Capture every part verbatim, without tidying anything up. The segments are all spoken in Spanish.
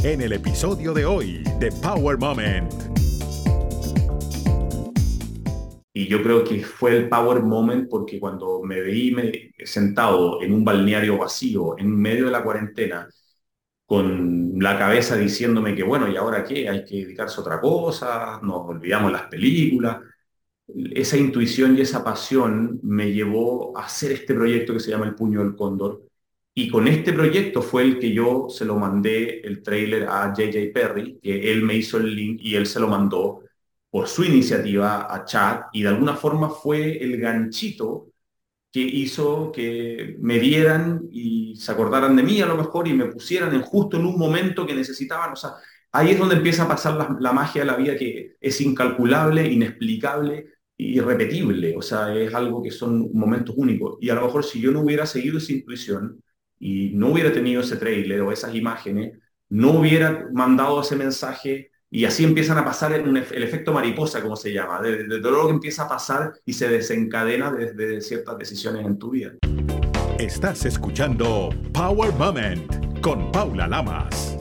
en el episodio de hoy de Power Moment. Y yo creo que fue el power moment porque cuando me veí me- sentado en un balneario vacío, en medio de la cuarentena, con la cabeza diciéndome que bueno, ¿y ahora qué? Hay que dedicarse a otra cosa, nos olvidamos las películas. Esa intuición y esa pasión me llevó a hacer este proyecto que se llama El Puño del Cóndor. Y con este proyecto fue el que yo se lo mandé el tráiler a J J Perry, que él me hizo el link y él se lo mandó por su iniciativa a Chad. Y de alguna forma fue el ganchito que hizo que me vieran y se acordaran de mí a lo mejor y me pusieran en justo en un momento que necesitaban. O sea, ahí es donde empieza a pasar la, la magia de la vida, que es incalculable, inexplicable, irrepetible. O sea, es algo que son momentos únicos. Y a lo mejor si yo no hubiera seguido esa intuición y no hubiera tenido ese trailer o esas imágenes, no hubiera mandado ese mensaje. Y así empiezan a pasar un ef- el efecto mariposa, como se llama, de, de todo lo que empieza a pasar y se desencadena desde ciertas decisiones en tu vida. Estás escuchando Power Moment con Paula Lamas.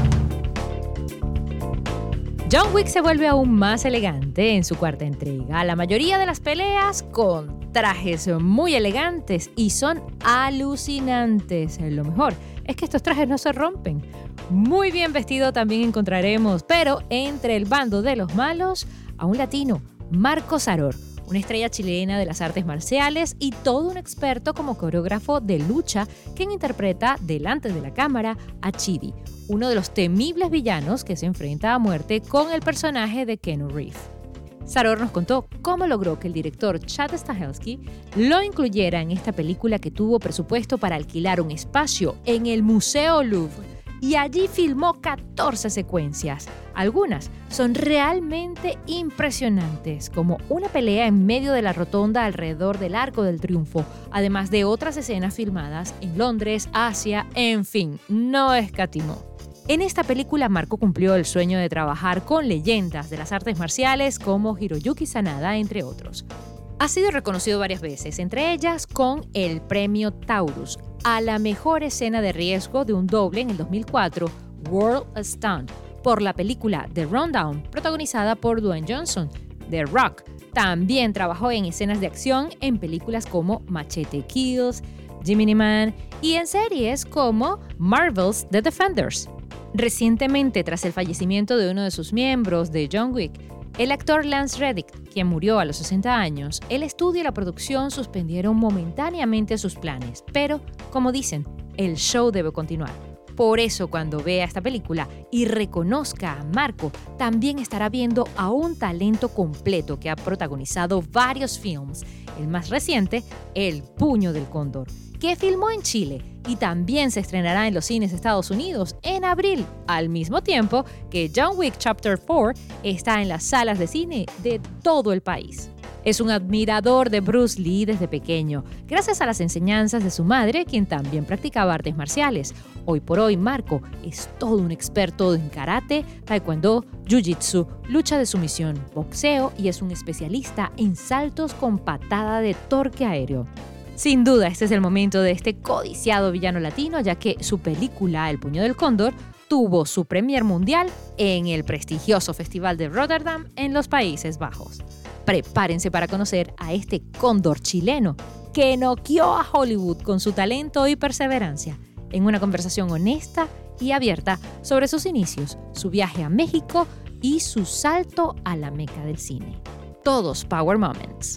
John Wick se vuelve aún más elegante en su cuarta entrega. La mayoría de las peleas con trajes muy elegantes y son alucinantes. Lo mejor es que estos trajes no se rompen. Muy bien vestido también encontraremos, pero entre el bando de los malos, a un latino, Marco Saror, una estrella chilena de las artes marciales y todo un experto como coreógrafo de lucha, quien interpreta delante de la cámara a Chidi, uno de los temibles villanos que se enfrenta a muerte con el personaje de Keanu Reeves. Saror nos contó cómo logró que el director Chad Stahelski lo incluyera en esta película que tuvo presupuesto para alquilar un espacio en el Museo Louvre y allí filmó catorce secuencias. Algunas son realmente impresionantes, como una pelea en medio de la rotonda alrededor del Arco del Triunfo, además de otras escenas filmadas en Londres, Asia, en fin, no escatimó. En esta película, Marco cumplió el sueño de trabajar con leyendas de las artes marciales como Hiroyuki Sanada, entre otros. Ha sido reconocido varias veces, entre ellas con el premio Taurus a la mejor escena de riesgo de un doble en el dos mil cuatro, World Stunt, por la película The Rundown, protagonizada por Dwayne Johnson. The Rock también trabajó en escenas de acción en películas como Machete Kills, Gemini Man y en series como Marvel's The Defenders. Recientemente, tras el fallecimiento de uno de sus miembros de John Wick, el actor Lance Reddick, quien murió a los sesenta años, el estudio y la producción suspendieron momentáneamente sus planes, pero, como dicen, el show debe continuar. Por eso, cuando vea esta película y reconozca a Marco, también estará viendo a un talento completo que ha protagonizado varios films, el más reciente, El Puño del Cóndor, que filmó en Chile y también se estrenará en los cines de Estados Unidos en abril, al mismo tiempo que John Wick Chapter cuatro está en las salas de cine de todo el país. Es un admirador de Bruce Lee desde pequeño, gracias a las enseñanzas de su madre, quien también practicaba artes marciales. Hoy por hoy, Marco es todo un experto en karate, taekwondo, jiu-jitsu, lucha de sumisión, boxeo y es un especialista en saltos con patada de torque aéreo. Sin duda, este es el momento de este codiciado villano latino, ya que su película El Puño del Cóndor tuvo su premier mundial en el prestigioso Festival de Rotterdam en los Países Bajos. Prepárense para conocer a este cóndor chileno que noqueó a Hollywood con su talento y perseverancia en una conversación honesta y abierta sobre sus inicios, su viaje a México y su salto a la meca del cine. Todos Power Moments.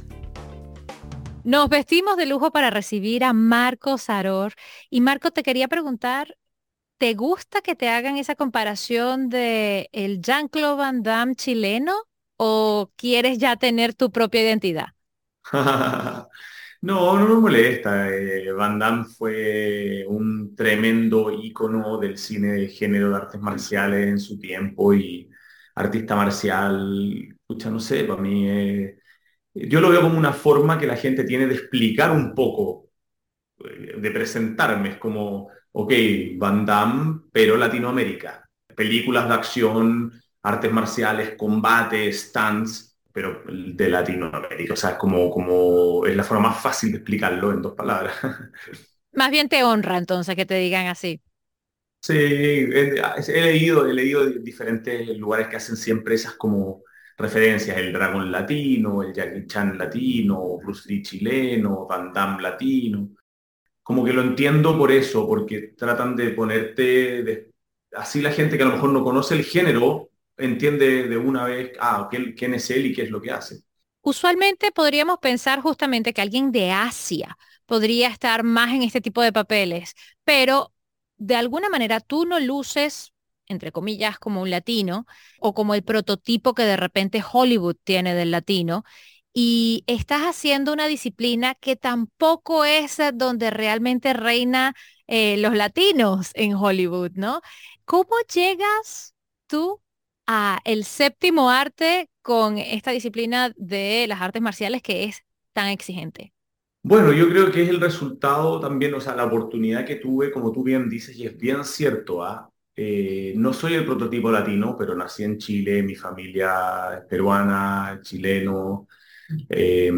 Nos vestimos de lujo para recibir a Marco Saror. Y Marco, te quería preguntar, ¿te gusta que te hagan esa comparación de el Jean-Claude Van Damme chileno o quieres ya tener tu propia identidad? No, no me molesta. Eh, Van Damme fue un tremendo ícono del cine de género de artes marciales en su tiempo y artista marcial, escucha, no sé, para mí eh, yo lo veo como una forma que la gente tiene de explicar un poco, eh, de presentarme. Es como, ok, Van Damme, pero Latinoamérica. Películas de acción, artes marciales, combate, stunts, pero de Latinoamérica. O sea, es como, como es la forma más fácil de explicarlo en dos palabras. Más bien te honra entonces que te digan así. Sí, he, he leído, he leído diferentes lugares que hacen siempre esas como referencias, el Dragon latino, el Jackie Chan latino, Bruce Lee chileno, Van Damme latino. Como que lo entiendo por eso, porque tratan de ponerte, de- así la gente que a lo mejor no conoce el género entiende de una vez, ah, quién, quién es él y qué es lo que hace. Usualmente podríamos pensar justamente que alguien de Asia podría estar más en este tipo de papeles, pero de alguna manera tú no luces, entre comillas, como un latino o como el prototipo que de repente Hollywood tiene del latino, y estás haciendo una disciplina que tampoco es eh, donde realmente reina eh, los latinos en Hollywood, ¿no? ¿Cómo llegas tú a el séptimo arte con esta disciplina de las artes marciales que es tan exigente? Bueno, yo creo que es el resultado también, o sea, la oportunidad que tuve, como tú bien dices, y es bien cierto, ¿ah? Eh, no soy el prototipo latino, pero nací en Chile, mi familia es peruana, chileno. eh,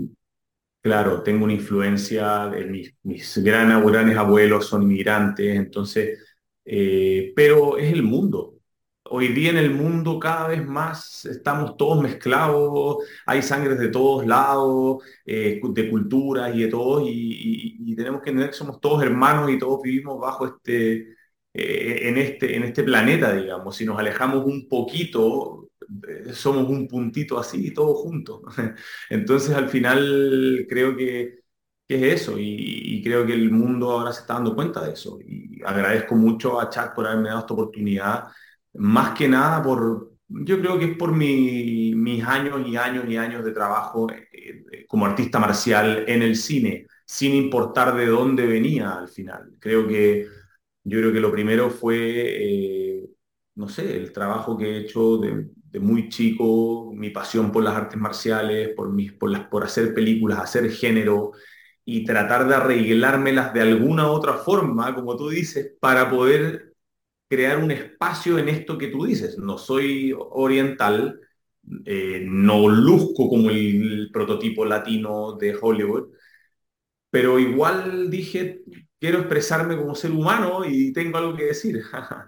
claro, tengo una influencia, de mis, mis gran, grandes abuelos son inmigrantes, entonces, eh, pero es el mundo. Hoy día en el mundo cada vez más estamos todos mezclados, hay sangres de todos lados, eh, de culturas y de todos, y, y- y tenemos que entender que somos todos hermanos y todos vivimos bajo este, eh, en este, en este planeta, digamos. Si nos alejamos un poquito, eh, somos un puntito así, todos juntos. Entonces, al final, creo que, que es eso, y, y creo que el mundo ahora se está dando cuenta de eso. Y agradezco mucho a Chuck por haberme dado esta oportunidad, más que nada por, yo creo que es por mi- mis años y años y años de trabajo eh, eh, como artista marcial en el cine, sin importar de dónde venía al final. Creo que, yo creo que lo primero fue, eh, no sé, el trabajo que he hecho de, de muy chico, mi pasión por las artes marciales, por, mis, por, las, por hacer películas, hacer género y tratar de arreglármelas de alguna otra forma, como tú dices, para poder crear un espacio en esto que tú dices. No soy oriental, eh, no luzco como el prototipo latino de Hollywood, pero igual dije, quiero expresarme como ser humano y tengo algo que decir.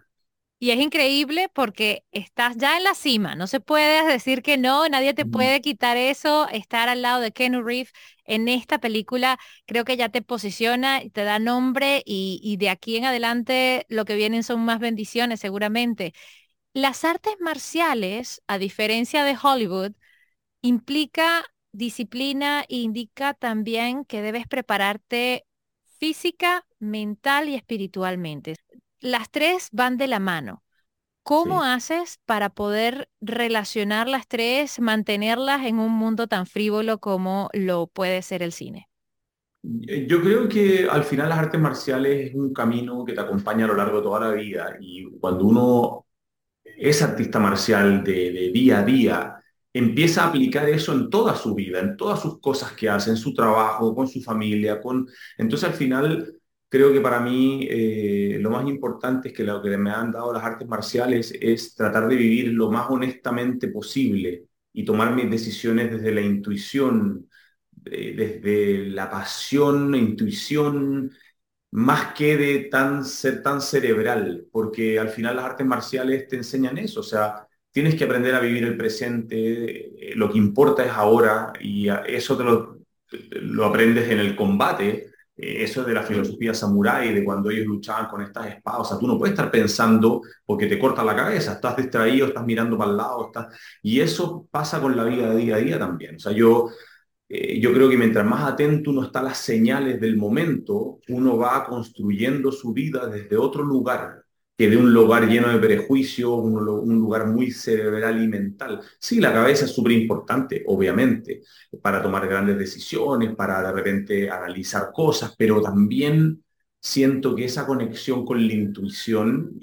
Y es increíble porque estás ya en la cima, no se puede decir que no, nadie te puede quitar eso, estar al lado de Keanu Reeves en esta película, creo que ya te posiciona, y te da nombre y, y de aquí en adelante lo que vienen son más bendiciones seguramente. Las artes marciales, a diferencia de Hollywood, implica disciplina e indica también que debes prepararte física, mental y espiritualmente. Las tres van de la mano. ¿Cómo Sí. haces para poder relacionar las tres, mantenerlas en un mundo tan frívolo como lo puede ser el cine? Yo creo que al final las artes marciales es un camino que te acompaña a lo largo de toda la vida y cuando uno es artista marcial de, de día a día, empieza a aplicar eso en toda su vida, en todas sus cosas que hace, en su trabajo, con su familia, con... Entonces al final creo que para mí eh, lo más importante es que lo que me han dado las artes marciales es tratar de vivir lo más honestamente posible y tomar mis decisiones desde la intuición, eh, desde la pasión, la intuición más que de tan, ser tan cerebral, porque al final las artes marciales te enseñan eso, o sea, tienes que aprender a vivir el presente, eh, lo que importa es ahora, y a- eso te lo, lo aprendes en el combate, eh, eso es de la filosofía samurái, de cuando ellos luchaban con estas espadas, o sea, tú no puedes estar pensando porque te corta la cabeza, estás distraído, estás mirando para el lado, estás... y eso pasa con la vida de día a día también, o sea, yo eh, yo creo que mientras más atento uno está a las señales del momento, uno va construyendo su vida desde otro lugar que de un lugar lleno de prejuicios, un, lu- un lugar muy cerebral y mental. Sí, la cabeza es súper importante, obviamente, para tomar grandes decisiones, para de repente analizar cosas, pero también siento que esa conexión con la intuición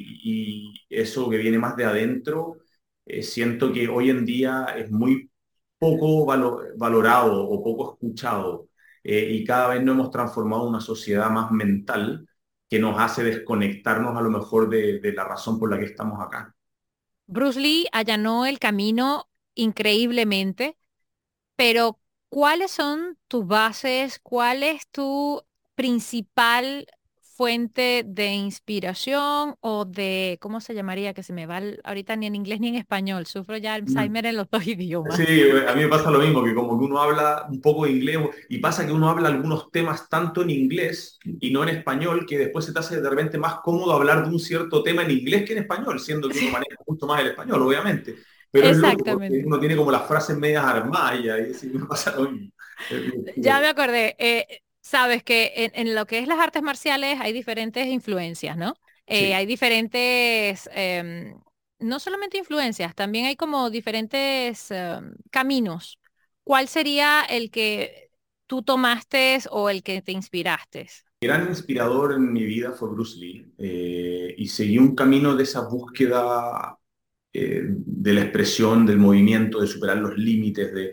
y, y eso que viene más de adentro, eh, siento que hoy en día es muy poco valo- valorado o poco escuchado, eh, y cada vez nos hemos transformado en una sociedad más mental que nos hace desconectarnos a lo mejor de, de la razón por la que estamos acá. Bruce Lee allanó el camino increíblemente, pero ¿cuáles son tus bases? ¿Cuál es tu principal fuente de inspiración o de, ¿cómo se llamaría? Que se me va el- ahorita ni en inglés ni en español. Sufro ya Alzheimer en los dos idiomas. Sí, a mí me pasa lo mismo, que como que uno habla un poco de inglés y pasa que uno habla algunos temas tanto en inglés y no en español, que después se te hace de repente más cómodo hablar de un cierto tema en inglés que en español, siendo que uno maneja mucho más el español, obviamente. Pero es loco porque Exactamente. uno tiene como las frases medias armadas y ahí sí me pasa lo mismo. Es Ya divertido. me acordé. Eh, sabes que en, en lo que es las artes marciales hay diferentes influencias, ¿no? Eh, Sí. hay diferentes, em, no solamente influencias, también hay como diferentes em, caminos. ¿Cuál sería el que tú tomaste o el que te inspiraste? Gran inspirador en mi vida fue Bruce Lee eh, y seguí un camino de esa búsqueda eh, de la expresión, del movimiento, de superar los límites, de,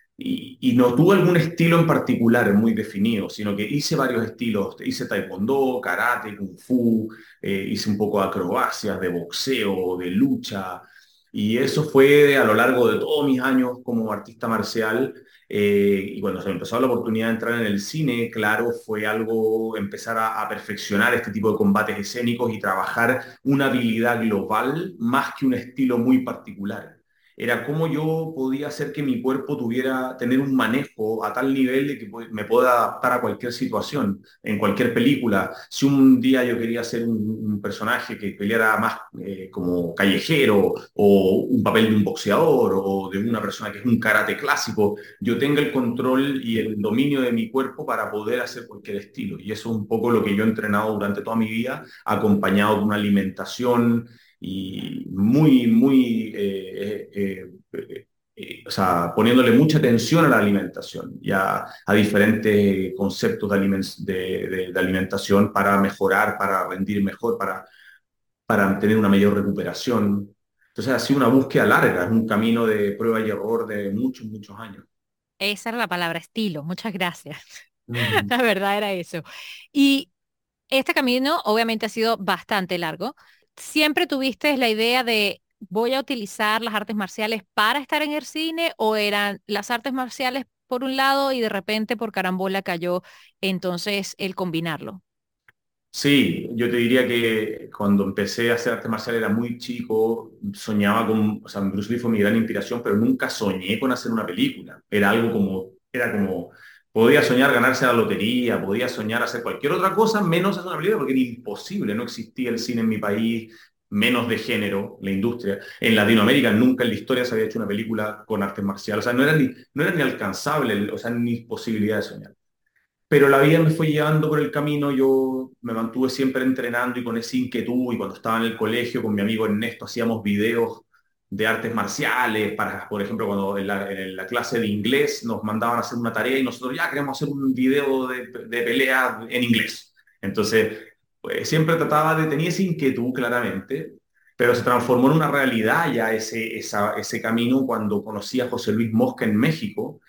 y, y no tuve algún estilo en particular muy definido, sino que hice varios estilos. Hice taekwondo, karate, kung fu, eh, hice un poco de acrobacias, de boxeo, de lucha. Y eso fue a lo largo de todos mis años como artista marcial. Eh, y cuando se me empezó la oportunidad de entrar en el cine, claro, fue algo empezar a, a perfeccionar este tipo de combates escénicos y trabajar una habilidad global más que un estilo muy particular. Era cómo yo podía hacer que mi cuerpo tuviera, tener un manejo a tal nivel de que pu- me pueda adaptar a cualquier situación, en cualquier película. Si un día yo quería ser un, un personaje que peleara más eh, como callejero o un papel de un boxeador o de una persona que es un karate clásico, yo tenga el control y el dominio de mi cuerpo para poder hacer cualquier estilo. Y eso es un poco lo que yo he entrenado durante toda mi vida, acompañado de una alimentación y muy, muy, eh, eh, eh, eh, o sea, poniéndole mucha atención a la alimentación y a, a diferentes conceptos de, aliment- de, de- de alimentación para mejorar, para rendir mejor, para, para tener una mayor recuperación. Entonces ha sido una búsqueda larga, es un camino de prueba y error de muchos, muchos años. Esa era la palabra estilo. Muchas gracias. Mm. La verdad era eso. Y este camino obviamente ha sido bastante largo. ¿Siempre tuviste la idea de voy a utilizar las artes marciales para estar en el cine o eran las artes marciales por un lado y de repente por carambola cayó entonces el combinarlo? Sí, yo te diría que cuando empecé a hacer artes marciales era muy chico, soñaba con, o sea, Bruce Lee fue mi gran inspiración, pero nunca soñé con hacer una película. Era algo como, era como, podía soñar ganarse la lotería, podía soñar hacer cualquier otra cosa, menos hacer una película, porque era imposible, no existía el cine en mi país, menos de género, la industria. En Latinoamérica nunca en la historia se había hecho una película con artes marciales, o sea, no era ni, no era ni alcanzable, o sea, ni posibilidad de soñar. Pero la vida me fue llevando por el camino, yo me mantuve siempre entrenando y con esa inquietud, y cuando estaba en el colegio con mi amigo Ernesto hacíamos videos de artes marciales, para, por ejemplo, cuando en la, en la clase de inglés nos mandaban a hacer una tarea y nosotros ya queremos hacer un video de, de pelea en inglés. Entonces, pues, siempre trataba de, tenía esa inquietud claramente, pero se transformó en una realidad ya ese, esa, ese camino cuando conocí a José Luis Mosca en México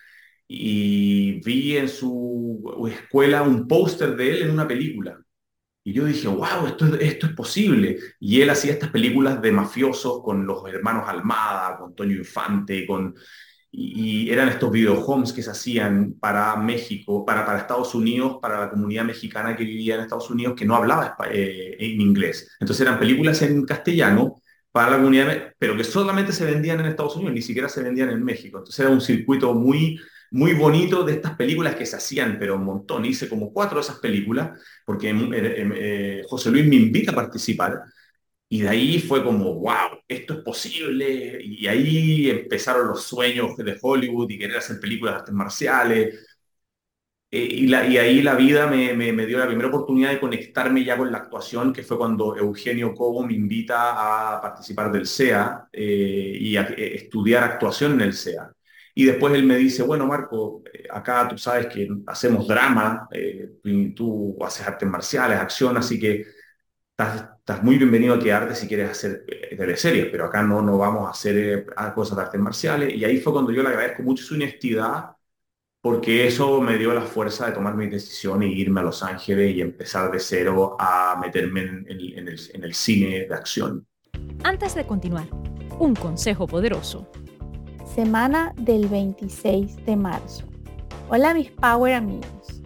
y vi en su escuela un póster de él en una película. Y yo dije, wow, esto, es- esto es posible. Y él hacía estas películas de mafiosos con los hermanos Almada, con Toño Infante, con, y, y eran estos videohomes que se hacían para México, para, para Estados Unidos, para la comunidad mexicana que vivía en Estados Unidos, que no hablaba espa- eh, en inglés. Entonces eran películas en castellano para la comunidad, pero que solamente se vendían en Estados Unidos, ni siquiera se vendían en México. Entonces era un circuito muy, muy bonito de estas películas que se hacían, pero un montón. Hice como cuatro de esas películas, porque eh, eh, José Luis me invita a participar. Y de ahí fue como, wow, esto es posible. Y ahí empezaron los sueños de Hollywood y querer hacer películas de artes marciales. Eh, y, la, y ahí la vida me, me, me dio la primera oportunidad de conectarme ya con la actuación, que fue cuando Eugenio Cobo me invita a participar del C E A eh, y a eh, estudiar actuación en el C E A. Y después él me dice, bueno, Marco, eh, acá tú sabes que hacemos drama, eh, y tú haces artes marciales, acción, así que estás, estás muy bienvenido a quedarte si quieres hacer eh, teleseries, pero acá no, no vamos a hacer eh, cosas de artes marciales. Y ahí fue cuando yo le agradezco mucho su honestidad, porque eso me dio la fuerza de tomar mi decisión e irme a Los Ángeles y empezar de cero a meterme en, en- en el, en el cine de acción. Antes de continuar, un consejo poderoso. Semana del veintiséis de marzo. Hola mis Power amigos.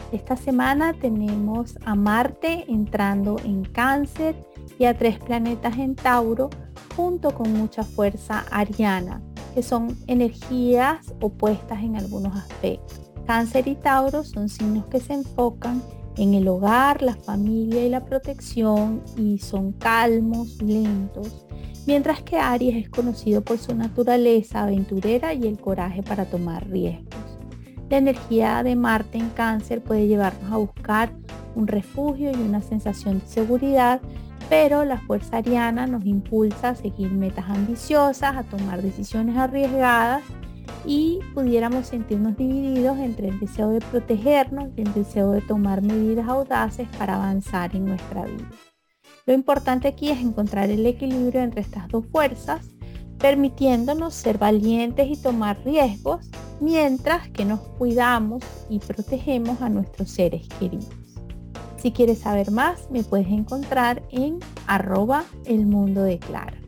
Esta semana tenemos a Marte entrando en Cáncer y a tres planetas en Tauro, junto con mucha fuerza ariana, que son energías opuestas en algunos aspectos. Cáncer y Tauro son signos que se enfocan en el hogar, la familia y la protección, y son calmos, lentos, mientras que Aries es conocido por su naturaleza aventurera y el coraje para tomar riesgos. La energía de Marte en Cáncer puede llevarnos a buscar un refugio y una sensación de seguridad, pero la fuerza ariana nos impulsa a seguir metas ambiciosas, a tomar decisiones arriesgadas, y pudiéramos sentirnos divididos entre el deseo de protegernos y el deseo de tomar medidas audaces para avanzar en nuestra vida. Lo importante aquí es encontrar el equilibrio entre estas dos fuerzas, permitiéndonos ser valientes y tomar riesgos, mientras que nos cuidamos y protegemos a nuestros seres queridos. Si quieres saber más, me puedes encontrar en arroba el mundo de Clara.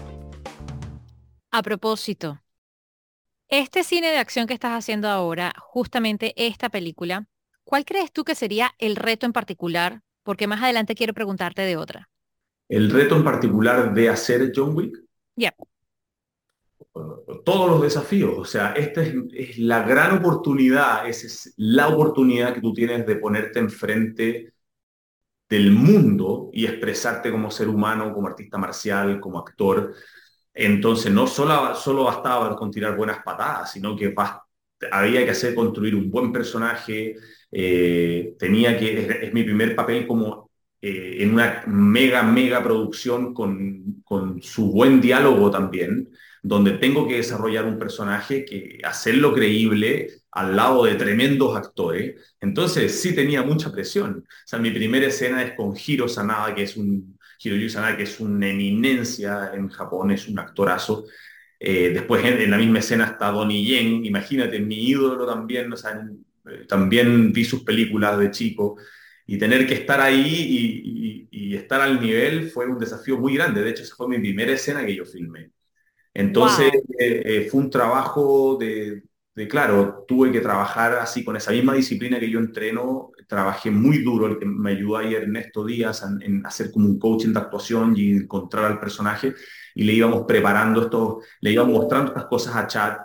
A propósito, este cine de acción que estás haciendo ahora, justamente esta película, ¿cuál crees tú que sería el reto en particular? Porque más adelante quiero preguntarte de otra. El reto en particular de hacer John Wick, Ya. todos los desafíos, o sea, esta es, es la gran oportunidad, esa es la oportunidad que tú tienes de ponerte enfrente del mundo y expresarte como ser humano, como artista marcial, como actor. Entonces no solo, solo bastaba con tirar buenas patadas, sino que bast- había que hacer construir un buen personaje, eh, tenía que, es, es mi primer papel como eh, en una mega, mega producción con, con su buen diálogo también, donde tengo que desarrollar un personaje, que hacerlo creíble al lado de tremendos actores. Entonces sí tenía mucha presión. O sea, mi primera escena es con Hiro Sanada, que es un, Hiroyuki Sanada, que es una eminencia en Japón, es un actorazo. Eh, después en, en la misma escena está Donnie Yen, imagínate, mi ídolo también, o sea, en- eh, también vi sus películas de chico, y tener que estar ahí y, y- y estar al nivel fue un desafío muy grande. De hecho, esa fue mi primera escena que yo filmé. Entonces, Wow. eh, eh, fue un trabajo de, de, claro, tuve que trabajar así con esa misma disciplina que yo entreno, trabajé muy duro, el que me ayudó ahí Ernesto Díaz en, en hacer como un coaching de actuación y encontrar al personaje, y le íbamos preparando esto, le íbamos mostrando estas cosas a Chad,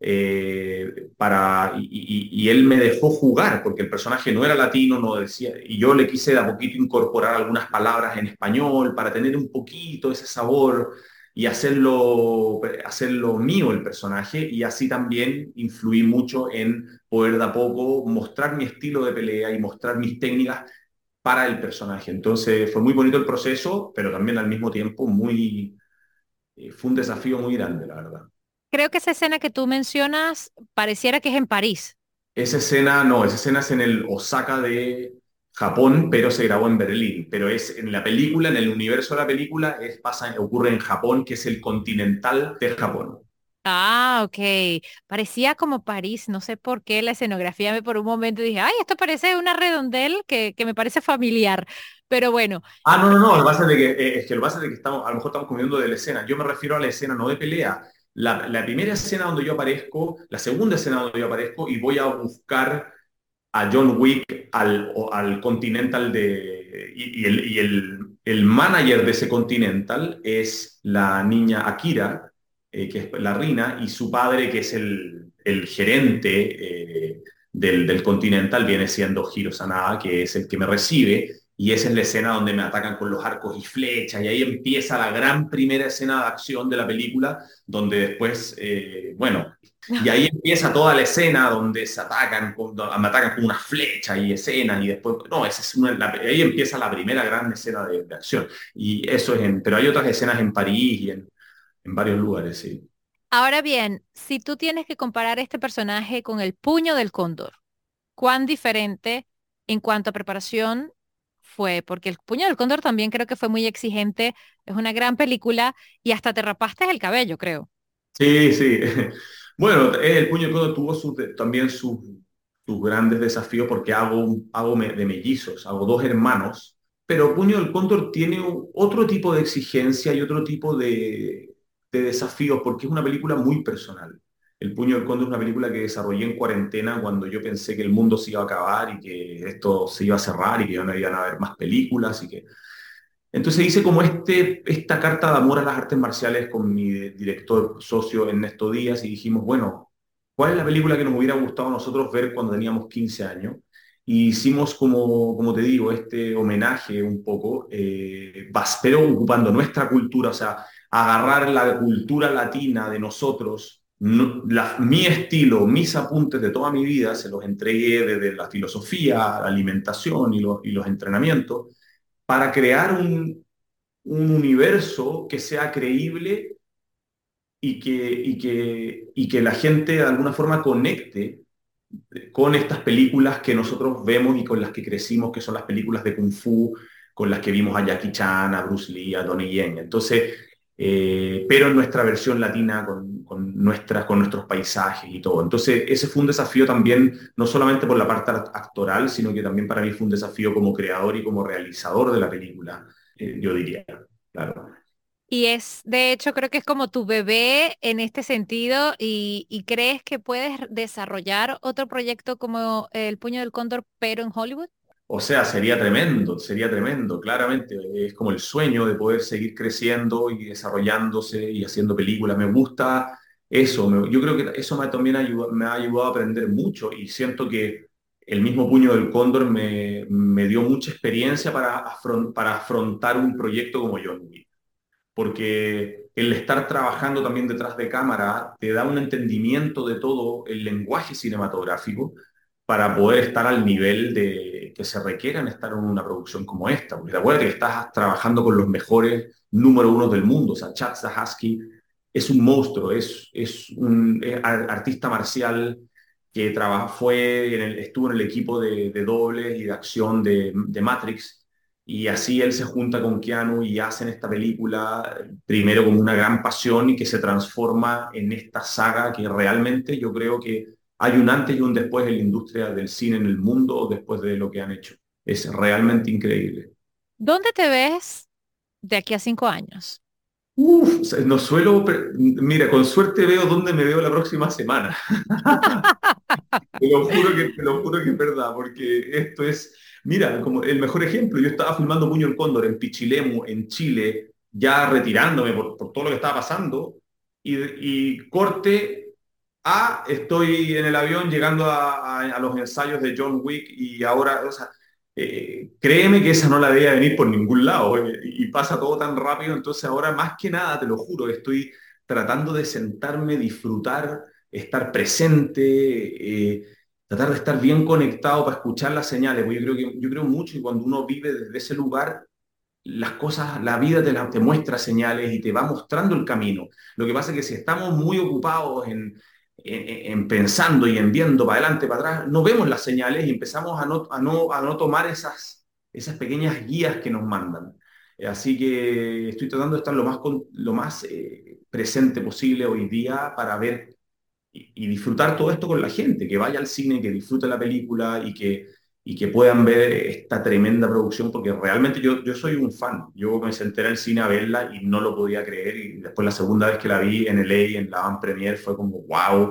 eh, para, y, y- y él me dejó jugar, porque el personaje no era latino, no decía, y yo le quise de a poquito incorporar algunas palabras en español para tener un poquito ese sabor y hacerlo, hacerlo mío el personaje, y así también influí mucho en poder de a poco mostrar mi estilo de pelea y mostrar mis técnicas para el personaje. Entonces fue muy bonito el proceso, pero también al mismo tiempo muy, eh, fue un desafío muy grande, la verdad. Creo que esa escena que tú mencionas pareciera que es en París. Esa escena, no, esa escena es en el Osaka de Japón, pero se grabó en Berlín. Pero es en la película, en el universo de la película, es, pasa, ocurre en Japón, que es el continental de Japón. Ah, ok. Parecía como París. No sé por qué la escenografía me por un momento dije, ay, esto parece una redondel que, que me parece familiar. Pero bueno, Ah, no, no, no, lo que pasa es de que, eh, es que lo que pasa es de que estamos, a lo mejor estamos comiendo de la escena. Yo me refiero a la escena no de pelea. La, la primera escena donde yo aparezco, la segunda escena donde yo aparezco, y voy a buscar a John Wick al, o- al Continental de, y, y el, y el, el manager de ese Continental es la niña Akira, eh, que es la Rina, y su padre, que es el, el gerente, eh, del, del Continental, viene siendo Hiro Sanada, que es el que me recibe, y esa es la escena donde me atacan con los arcos y flechas, y ahí empieza la gran primera escena de acción de la película, donde después, eh, bueno, y ahí empieza toda la escena donde se atacan, con- me atacan con una flecha y escenas, y después, no, esa es una, la- ahí empieza la primera gran escena de, de acción. Y eso es en, pero hay otras escenas en París y en, en varios lugares, sí. ahora bien, si tú tienes que comparar este personaje con el puño del cóndor, ¿cuán diferente en cuanto a preparación fue? Porque el puño del cóndor también creo que fue muy exigente. Es una gran película y hasta te rapaste el cabello, creo. Sí, sí. Bueno, eh, el Puño de Codo tuvo sus de- también sus, sus grandes desafíos, porque hago, un- hago me- de mellizos, hago dos hermanos, pero Puño del Cóndor tiene u- otro tipo de exigencia y otro tipo de, de desafíos, porque es una película muy personal. El Puño del Cóndor es una película que desarrollé en cuarentena cuando yo pensé que el mundo se iba a acabar y que esto se iba a cerrar y que ya no iban a haber más películas y que... Entonces hice como este, esta carta de amor a las artes marciales con mi director socio Ernesto Díaz y dijimos, bueno, ¿cuál es la película que nos hubiera gustado a nosotros ver cuando teníamos quince años? Y hicimos como, como te digo, este homenaje un poco, eh, bas- pero ocupando nuestra cultura, o sea, agarrar la cultura latina de nosotros, no- la- mi estilo, mis apuntes de toda mi vida, se los entregué desde la filosofía, la alimentación y los, y los entrenamientos, para crear un, un universo que sea creíble y que, y que, y que la gente de alguna forma conecte con estas películas que nosotros vemos y con las que crecimos, que son las películas de Kung Fu, con las que vimos a Jackie Chan, a Bruce Lee, a Donnie Yen. Entonces, eh, pero en nuestra versión latina, con, con, nuestras, con nuestros paisajes y todo. Entonces, ese fue un desafío también, no solamente por la parte actoral, sino que también para mí fue un desafío como creador y como realizador de la película, eh, yo diría, claro. Y es, de hecho, creo que es como tu bebé en este sentido y, y crees que puedes desarrollar otro proyecto como El Puño del Cóndor, pero en Hollywood. O sea, sería tremendo, sería tremendo, claramente. Es como el sueño de poder seguir creciendo y desarrollándose y haciendo películas. Me gusta eso. me- yo creo que eso me, también ayuda- me ha ayudado a aprender mucho y siento que el mismo Puño del Cóndor me, me dio mucha experiencia para, afron- para afrontar un proyecto como John Wick, porque el estar trabajando también detrás de cámara te da un entendimiento de todo el lenguaje cinematográfico para poder estar al nivel de que se requiera en estar en una producción como esta. Porque te acuerdas que estás trabajando con los mejores número uno del mundo. O sea, Chad Stahelski es un monstruo, es, es un es artista marcial que traba- fue en el- estuvo en el equipo de, de dobles y de acción de, de Matrix. Y así él se junta con Keanu y hacen esta película, primero como una gran pasión y que se transforma en esta saga que realmente yo creo que hay un antes y un después en la industria del cine en el mundo después de lo que han hecho. Es realmente increíble. ¿Dónde te ves de aquí a cinco años? Uf, o sea, no suelo, pre- mira, con suerte veo dónde me veo la próxima semana. Te lo juro que, te lo juro que es verdad, porque esto es, mira, como el mejor ejemplo, yo estaba filmando Puño el Cóndor en Pichilemu, en Chile, ya retirándome por, por todo lo que estaba pasando, y, y corte A, estoy en el avión llegando a, a- a los ensayos de John Wick y ahora, o sea, eh, créeme que esa no la debía venir por ningún lado, eh, y pasa todo tan rápido, entonces ahora más que nada, te lo juro, estoy tratando de sentarme, disfrutar, estar presente, eh, tratar de estar bien conectado para escuchar las señales, porque yo creo que, yo creo mucho que cuando uno vive desde ese lugar, las cosas, la vida te, la- te muestra señales y te va mostrando el camino. Lo que pasa es que si estamos muy ocupados en, en- en pensando y en viendo para adelante, para atrás, no vemos las señales y empezamos a no, a no, a no tomar esas, esas pequeñas guías que nos mandan. Eh, Así que estoy tratando de estar lo más, con- lo más eh, presente posible hoy día para ver y, y disfrutar todo esto con la gente, que vaya al cine, que disfrute la película y que, y que puedan ver esta tremenda producción, porque realmente yo, yo soy un fan. Yo me senté en el cine a verla y no lo podía creer, y después la segunda vez que la vi en L A, en la Van Premier, fue como wow.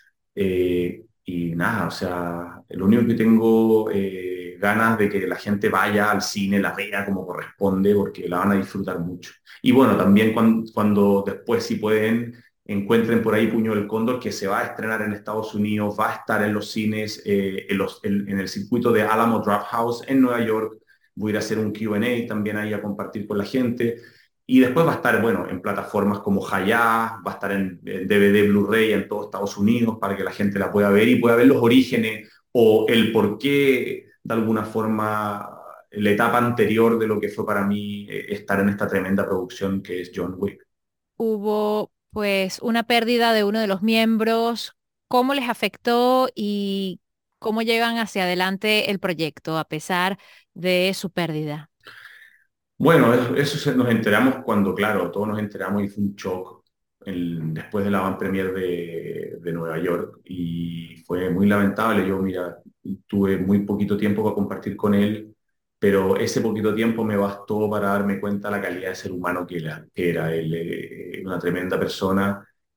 Eh, y nada, o sea, lo único que tengo eh, ganas de que la gente vaya al cine, la vea como corresponde, porque la van a disfrutar mucho. Y bueno, también cuando, cuando después, si pueden, encuentren por ahí Puño del Cóndor, que se va a estrenar en Estados Unidos, va a estar en los cines, eh, en, los, en, en el circuito de Alamo Drafthouse en Nueva York. Voy a ir a hacer un Q and A también ahí a compartir con la gente. Y después va a estar, bueno, en plataformas como Hayá, va a estar en, en D V D, Blu-ray en todos Estados Unidos para que la gente la pueda ver y pueda ver los orígenes o el por qué, de alguna forma, la etapa anterior de lo que fue para mí eh, estar en esta tremenda producción que es John Wick. Hubo pues una pérdida de uno de los miembros. ¿Cómo les afectó y cómo llevan hacia adelante el proyecto a pesar de su pérdida? Bueno, eso, eso se- nos enteramos cuando, claro, todos nos enteramos y fue un shock el- después de la van premier de, de Nueva York y fue muy lamentable. Yo, mira, tuve muy poquito tiempo para compartir con él, pero ese poquito tiempo me bastó para darme cuenta de la calidad de ser humano que era. Que era él, eh, una tremenda persona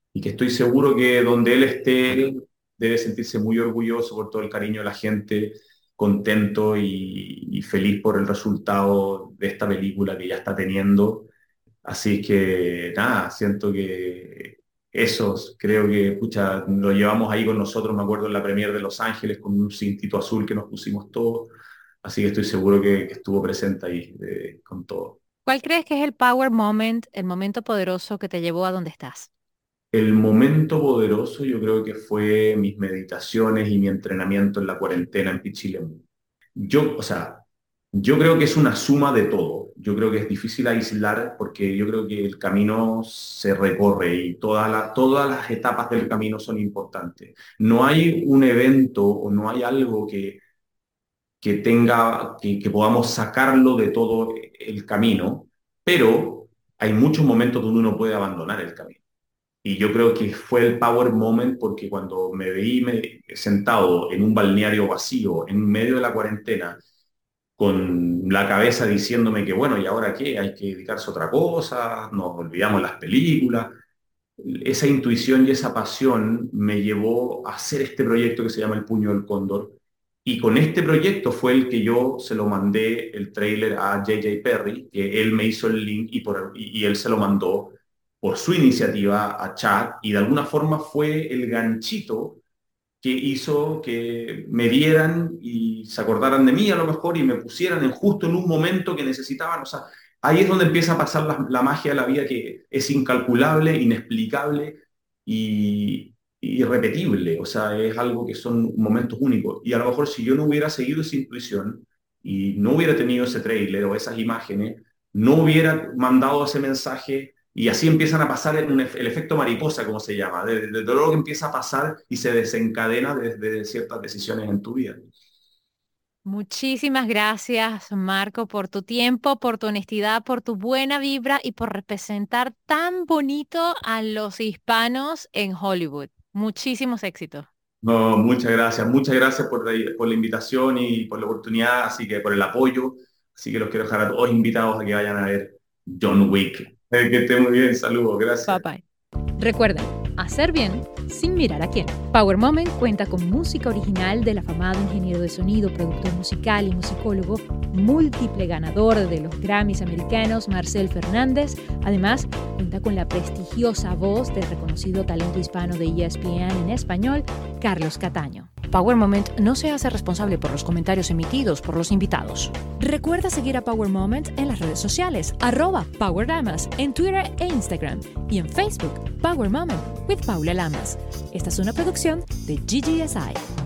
y que estoy seguro que donde él esté, él debe sentirse muy orgulloso por todo el cariño de la gente, contento y, y feliz por el resultado de esta película que ya está teniendo. Así que nada, siento que eso, creo que pucha, lo llevamos ahí con nosotros, me acuerdo en la premier de Los Ángeles con un cintito azul que nos pusimos todos, así que estoy seguro que, que estuvo presente ahí eh, con todo. ¿Cuál crees que es el power moment, el momento poderoso que te llevó a donde estás? El momento poderoso yo creo que fue mis meditaciones y mi entrenamiento en la cuarentena en Pichilemu. Yo, o sea, yo creo que es una suma de todo. Yo creo que es difícil aislar porque yo creo que el camino se recorre y toda la- todas las etapas del camino son importantes. No hay un evento o no hay algo que, que tenga, que, que podamos sacarlo de todo el camino, pero hay muchos momentos donde uno puede abandonar el camino. Y yo creo que fue el power moment porque cuando me veí me- sentado en un balneario vacío, en medio de la cuarentena, con la cabeza diciéndome que, bueno, ¿y ahora qué? Hay que dedicarse a otra cosa, nos olvidamos las películas. Esa intuición y esa pasión me llevó a hacer este proyecto que se llama El Puño del Cóndor. Y con este proyecto fue el que yo se lo mandé el tráiler a J J Perry, que él me hizo el link y, por, y, y él se lo mandó por su iniciativa a Chad. Y de alguna forma fue el ganchito que hizo que me vieran y se acordaran de mí a lo mejor y me pusieran en justo en un momento que necesitaban. O sea, ahí es donde empieza a pasar la, la magia de la vida que es incalculable, inexplicable y y irrepetible. O sea, es algo que son momentos únicos. Y a lo mejor si yo no hubiera seguido esa intuición y no hubiera tenido ese tráiler o esas imágenes, no hubiera mandado ese mensaje y así empiezan a pasar el, un, el efecto mariposa, como se llama, de, de, de todo lo que empieza a pasar y se desencadena desde de ciertas decisiones en tu vida. Muchísimas gracias, Marco, por tu tiempo, por tu honestidad, por tu buena vibra y por representar tan bonito a los hispanos en Hollywood. Muchísimos éxitos. No, muchas gracias, muchas gracias por la, por la invitación y por la oportunidad, así que por el apoyo. Así que los quiero dejar a todos invitados a que vayan a ver John Wick. Eh, que estén muy bien, saludos, gracias. Bye bye. Recuerda, hacer bien sin mirar a quién. Power Moment cuenta con música original del afamado ingeniero de sonido, productor musical y musicólogo, múltiple ganador de los Grammys americanos, Marcel Fernández. Además, cuenta con la prestigiosa voz del reconocido talento hispano de E S P N en español, Carlos Cataño. Power Moment no se hace responsable por los comentarios emitidos por los invitados. Recuerda seguir a Power Moment en las redes sociales, arroba Power Lamas, en Twitter e Instagram, y en Facebook, Power Moment with Paula Lamas. Esta es una producción de G G S I.